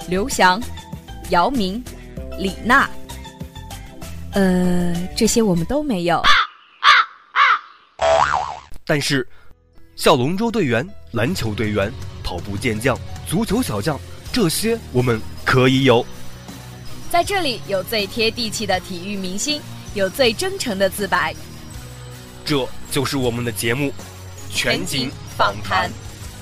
刘翔、姚明、李娜。这些我们都没有。 但是，小龙舟队员、篮球队员、跑步健将、足球小将，这些我们可以有。 在这里有最贴地气的体育明星，有最真诚的自白。 这就是我们的节目，全景访谈。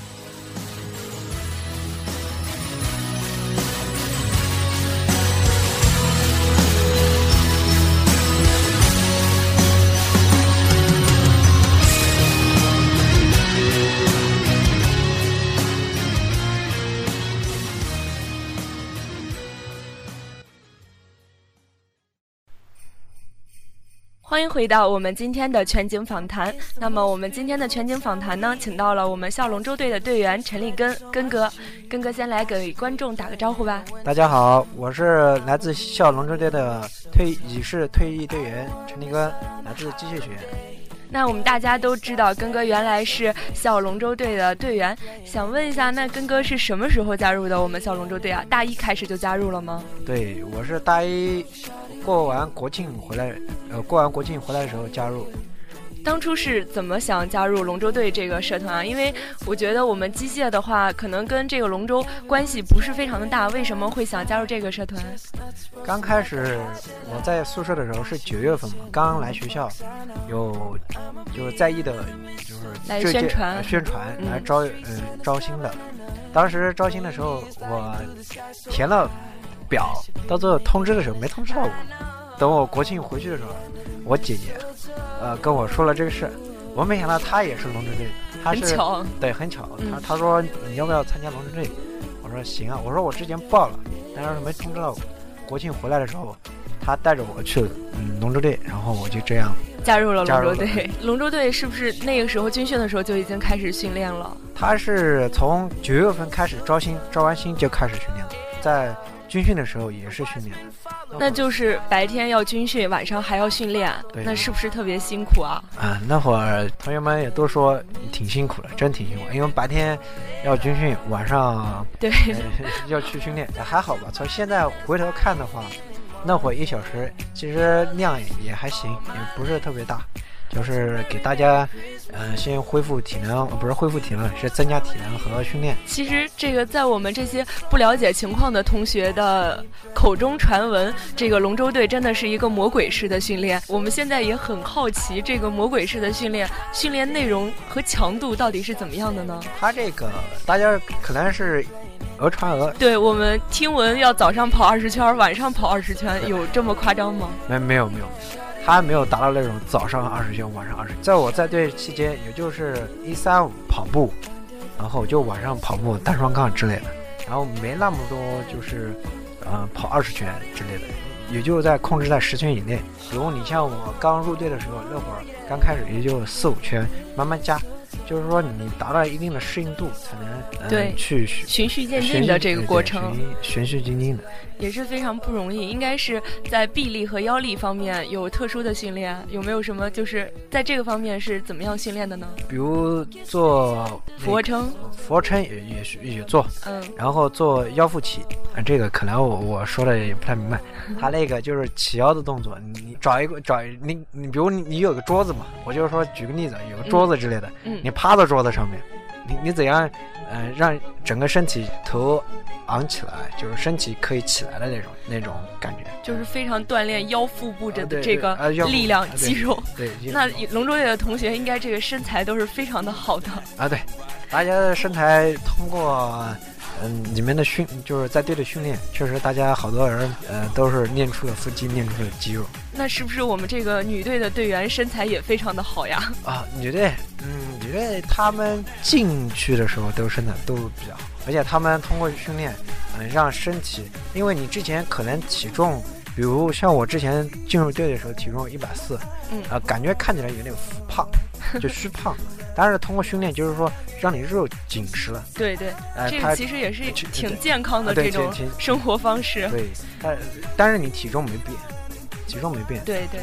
欢迎回到我们今天的全景访谈。那么我们今天的全景访谈呢，请到了我们校龙舟队的队员陈立根哥。根哥先来给观众打个招呼吧。 大家好，我是来自校龙舟队的已是退役队员陈立根，来自机械学院。 那我们大家都知道根哥原来是校龙舟队的队员，想问一下，那根哥是什么时候加入的我们校龙舟队啊？大一开始就加入了吗？ 对，我是大一过完国庆回来的时候加入。 当初是怎么想加入龙舟队这个社团啊？因为我觉得我们机械的话，可能跟这个龙舟关系不是非常的大，为什么会想加入这个社团？ 刚开始我在宿舍的时候是9月份嘛，刚来学校，有就是在役的，就是来宣传来招新的。当时招新的时候，我填了表，到最后通知的时候没通知到我。等我国庆回去的时候，我姐姐跟我说了这个事，我没想到她也是龙舟队的，她是很巧， 对，很巧。她说你要不要参加龙舟队？我说行啊，我说我之前报了，但是没通知到我。国庆回来的时候，她带着我去龙舟队，然后我就这样加入了龙舟队。龙舟队是不是那个时候军训的时候就已经开始训练了？ 她是从9月份开始招完新就开始训练了，在军训的时候也是训练的。 那就是白天要军训，晚上还要训练，那是不是特别辛苦啊？ 那会儿同学们也都说挺辛苦的，真挺辛苦，因为白天要军训，晚上对要去训练，还好吧。从现在回头看的话，那会儿1小时其实量也还行，也不是特别大，就是给大家先恢复体能，不是恢复体能，是增加体能和训练。 其实这个在我们这些不了解情况的同学的口中传闻，这个龙舟队真的是一个魔鬼式的训练。我们现在也很好奇，这个魔鬼式的训练内容和强度到底是怎么样的呢？ 它这个大家可能是讹传讹。 对，我们听闻要早上跑20圈，晚上跑20圈，有这么夸张吗？ 没有。他没有达到那种早上20圈晚上20。在我在队期间，也就是135跑步，然后就晚上跑步单双杠之类的，然后没那么多就是跑20圈之类的，也就在控制在10圈以内。比如你像我刚入队的时候，那会儿刚开始也就4-5圈，慢慢加，就是说你达到一定的适应度才能对去循序渐进的这个过程， 循序渐进的也是非常不容易。应该是在臂力和腰力方面有特殊的训练，有没有什么就是在这个方面是怎么样训练的呢？ 比如做俯卧撑也做，然后做腰腹起，这个可能我说的也不太明白。他那个就是起腰的动作，你你比如你有个桌子嘛，我就是说举个例子，有个桌子之类的，你趴在桌子上面，你怎样让整个身体头昂起来，就是身体可以起来的那种感觉， 就是非常锻炼腰腹部的这个力量肌肉。 对， 那龙舟队的同学应该这个身材都是非常的好的啊。对，大家的身材通过你们的就是在队的训练，确实大家好多人都是练出了腹肌，练出了肌肉。 那是不是我们这个女队的队员身材也非常的好呀？ 女队他们进去的时候都身材都比较好，而且他们通过训练让身体，因为你之前可能体重，比如像我之前进入队的时候体重140，感觉看起来有点胖，就虚胖。但是通过训练，就是说让你肉紧实了。 对，这个其实也是挺健康的这种生活方式。 对，但是你体重没变。 对。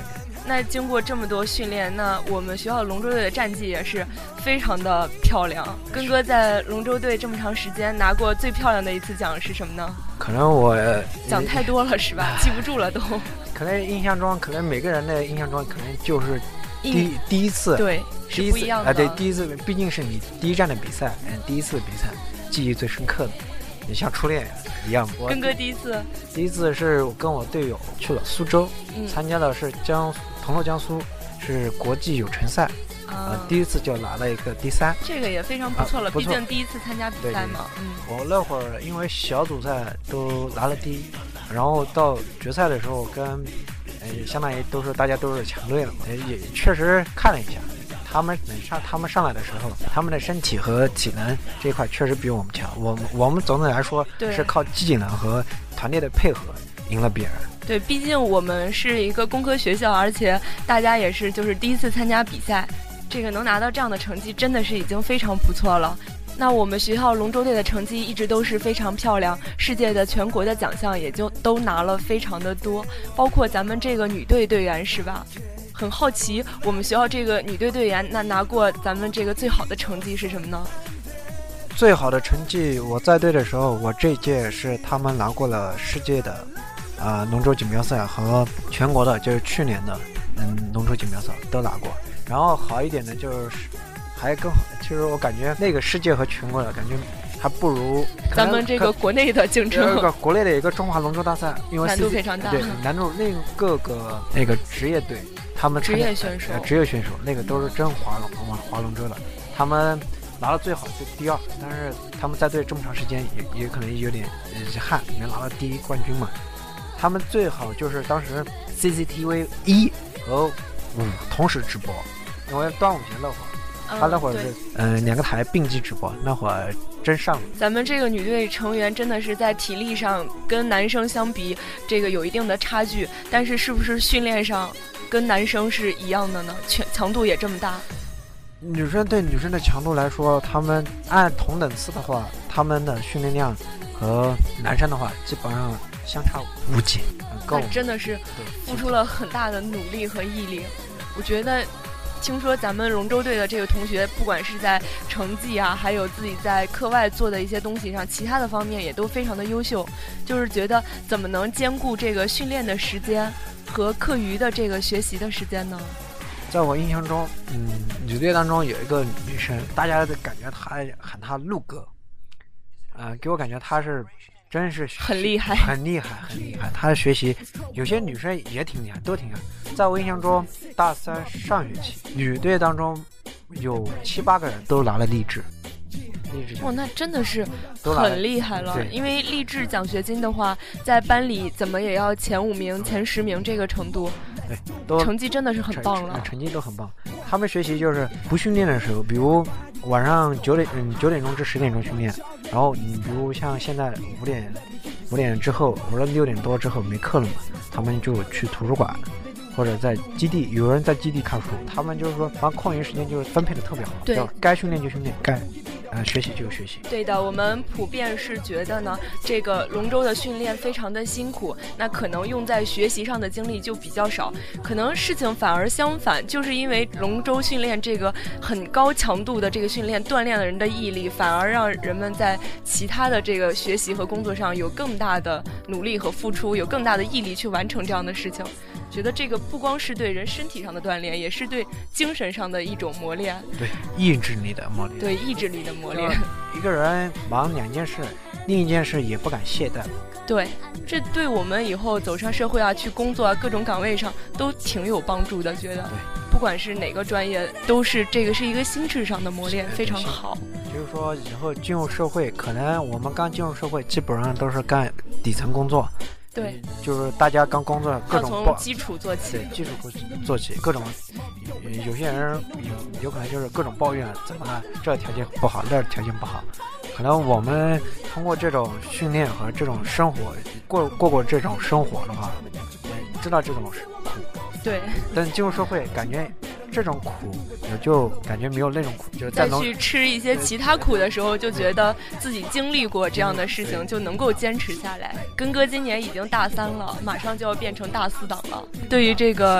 那经过这么多训练，那我们学校的龙舟队的战绩也是非常的漂亮。根哥在龙舟队这么长时间拿过最漂亮的一次奖是什么呢？ 可能我奖太多了是吧？记不住了都。 可能印象中，可能每个人的印象中，可能就是第一次， 对，是不一样的。 对，第一次，毕竟是你第一站的比赛，第一次比赛记忆最深刻的，也像初恋一样。 根哥第一次是跟我队友去了苏州，参加的是同乐江苏是国际友城赛，第一次就拿了一个第3， 这个也非常不错了，毕竟第一次参加比赛嘛。 我那会儿因为小组赛都拿了第1，然后到决赛的时候跟相当于大家都是强队了嘛，也确实看了一下，他们上来的时候，他们的身体和体能这一块确实比我们强。我们总的来说是靠技能和团队的配合赢了别人。 对，毕竟我们是一个工科学校，而且大家也是就是第一次参加比赛，这个能拿到这样的成绩真的是已经非常不错了。那我们学校龙舟队的成绩一直都是非常漂亮，世界的全国的奖项也就都拿了非常的多，包括咱们这个女队队员是吧？很好奇我们学校这个女队队员那拿过咱们这个最好的成绩是什么呢？ 最好的成绩我在队的时候，我这一届是他们拿过了世界的龙舟锦标赛和全国的，就是去年的龙舟锦标赛都拿过。然后好一点的就是还更好，就是我感觉那个世界和全国的感觉还不如咱们这个国内的竞争。 国内的一个中华龙舟大赛，因为难度非常大。 对，难度各个那个职业队，他们职业选手那个都是真划龙舟的，他们拿了最好就第2，但是他们在队这么长时间也可能有点遗憾，没拿到第1冠军嘛。他们最好就是当时 CCTV 1和5同时直播，因为端午节那会儿，他那会儿是2个台并机直播，那会儿真上了。 咱们这个女队成员真的是在体力上跟男生相比，这个有一定的差距，但是是不是训练上跟男生是一样的呢？强度也这么大？ 女生对女生的强度来说，他们按同等次的话，他们的训练量和男生的话基本上相差无几， 那真的是付出了很大的努力和毅力。我觉得听说咱们龙舟队的这个同学，不管是在成绩啊，还有自己在课外做的一些东西上，其他的方面也都非常的优秀。就是觉得怎么能兼顾这个训练的时间和课余的这个学习的时间呢？ 在我印象中，女队当中有一个女生，大家感觉她喊她陆哥，给我感觉她是真是很厉害。 她的学习，有些女生也挺厉害，都挺厉害。在我印象中，大3上学期，女队当中有7、8个人都拿了励志。 哇，那真的是很厉害了。因为励志奖学金的话，在班里怎么也要前5名、前10名这个程度。 对， 成绩真的是很棒了。 成绩都很棒。他们学习就是不训练的时候，比如晚上9点钟至10点钟训练，然后你比如像现在5点之后或者6点多之后没课了嘛，他们就去图书馆或者在基地，有人在基地看书，他们就是说把空余时间就是分配的特别好， 对， 该训练就训练，该学习就学习。 对的，我们普遍是觉得呢，这个龙舟的训练非常的辛苦，那可能用在学习上的精力就比较少，可能事情反而相反，就是因为龙舟训练这个很高强度的这个训练，锻炼了人的毅力，反而让人们在其他的这个学习和工作上有更大的努力和付出，有更大的毅力去完成这样的事情。觉得这个不光是对人身体上的锻炼，也是对精神上的一种磨练， 对意志力的磨练， 对意志力的磨练。 一个人忙2件事，另一件事也不敢懈怠。 对，这对我们以后走上社会啊，去工作啊，各种岗位上都挺有帮助的。觉得， 对， 不管是哪个专业，都是这个是一个心智上的磨练，非常好。 就是说，以后进入社会，可能我们刚进入社会，基本上都是干底层工作。 对， 就是大家刚工作，各种从基础做起， 对，基础做起，各种有些人有可能就是各种抱怨，怎么了？这条件不好，那条件不好。可能我们通过这种训练和这种生活，过这种生活的话，知道这种苦。 对。 但进入社会，感觉这种苦，也就感觉没有那种苦，就再去吃一些其他苦的时候，就觉得自己经历过这样的事情，就能够坚持下来。根哥今年已经大3了，马上就要变成大4党了。对于这个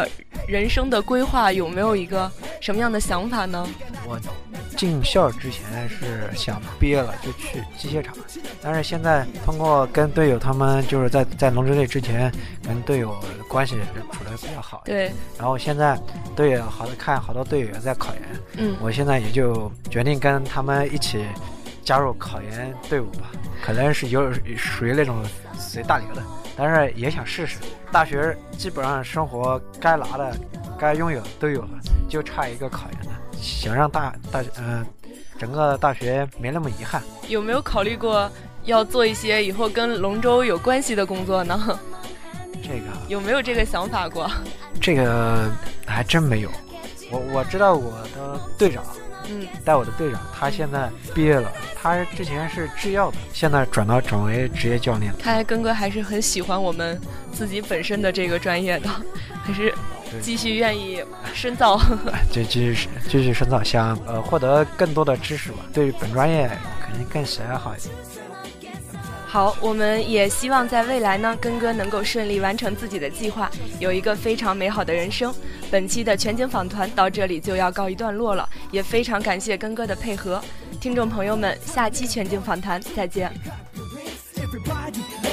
人生的规划有没有一个什么样的想法呢？ 我进校之前是想毕业了就去机械厂，但是现在通过跟队友他们就是在龙舟队之前跟队友关系处得比较好， 对， 然后现在队友看好多队友在考研，我现在也就决定跟他们一起加入考研队伍吧，可能是属于那种随大流的，但是也想试试。大学基本上生活该拿的该拥有都有了，就差一个考研的，想让整个大学没那么遗憾。 有没有考虑过要做一些以后跟龙舟有关系的工作呢？ 这个有没有这个想法过？ 这个还真没有。我知道我的队长，带我的队长，他现在毕业了，他之前是制药的，现在转为职业教练。 看来根哥还是很喜欢我们自己本身的这个专业的，还是继续愿意深造。 就继续深造，想获得更多的知识吧，对本专业肯定更喜爱好一点。 好，我们也希望在未来呢，根哥能够顺利完成自己的计划，有一个非常美好的人生。本期的全景访谈到这里就要告一段落了，也非常感谢根哥的配合。听众朋友们，下期全景访谈再见。